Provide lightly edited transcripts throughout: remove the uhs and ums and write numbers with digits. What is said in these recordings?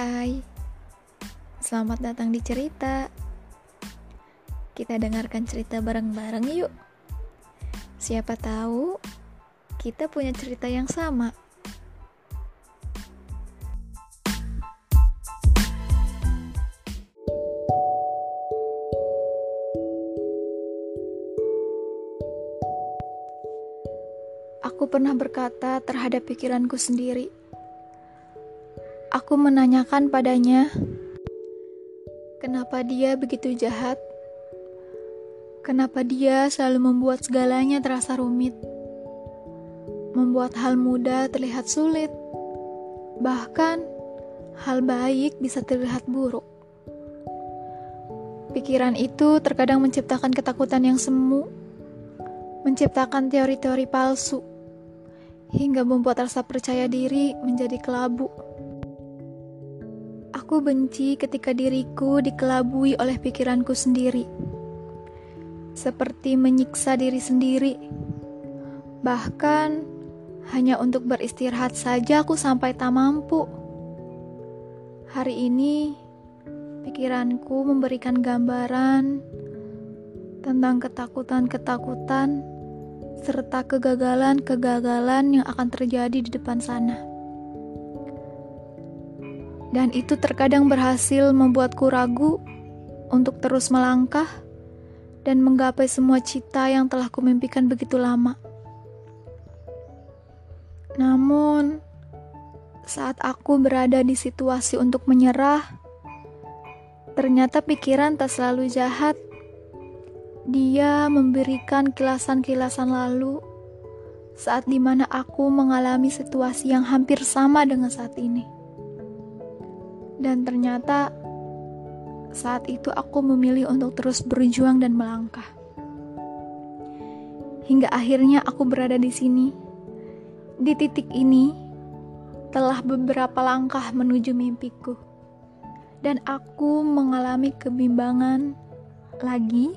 Hai, selamat datang di cerita. Kita dengarkan cerita bareng-bareng yuk. Siapa tahu kita punya cerita yang sama. Aku pernah berkata terhadap pikiranku sendiri. Aku menanyakan padanya, kenapa dia begitu jahat? Kenapa dia selalu membuat segalanya terasa rumit? Membuat hal mudah terlihat sulit. Bahkan, hal baik bisa terlihat buruk. Pikiran itu terkadang menciptakan ketakutan yang semu, menciptakan teori-teori palsu, hingga membuat rasa percaya diri menjadi kelabu. Aku benci ketika diriku dikelabui oleh pikiranku sendiri. Seperti menyiksa diri sendiri. Bahkan, hanya untuk beristirahat saja aku sampai tak mampu. Hari ini, pikiranku memberikan gambaran tentang ketakutan-ketakutan serta kegagalan-kegagalan yang akan terjadi di depan sana. Dan itu terkadang berhasil membuatku ragu untuk terus melangkah dan menggapai semua cita yang telah kumimpikan begitu lama. Namun, saat aku berada di situasi untuk menyerah, ternyata pikiran tak selalu jahat. Dia memberikan kilasan-kilasan lalu saat dimana aku mengalami situasi yang hampir sama dengan saat ini. Dan ternyata saat itu aku memilih untuk terus berjuang dan melangkah. Hingga akhirnya aku berada di sini. Di titik ini telah beberapa langkah menuju mimpiku. Dan aku mengalami kebimbangan lagi.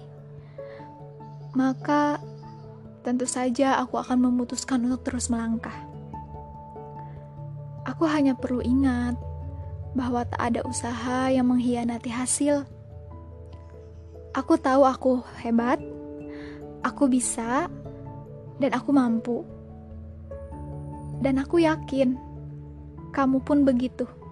Maka tentu saja aku akan memutuskan untuk terus melangkah. Aku hanya perlu ingat bahwa tak ada usaha yang mengkhianati hasil. Aku tahu aku hebat, aku bisa, dan aku mampu. Dan aku yakin, kamu pun begitu.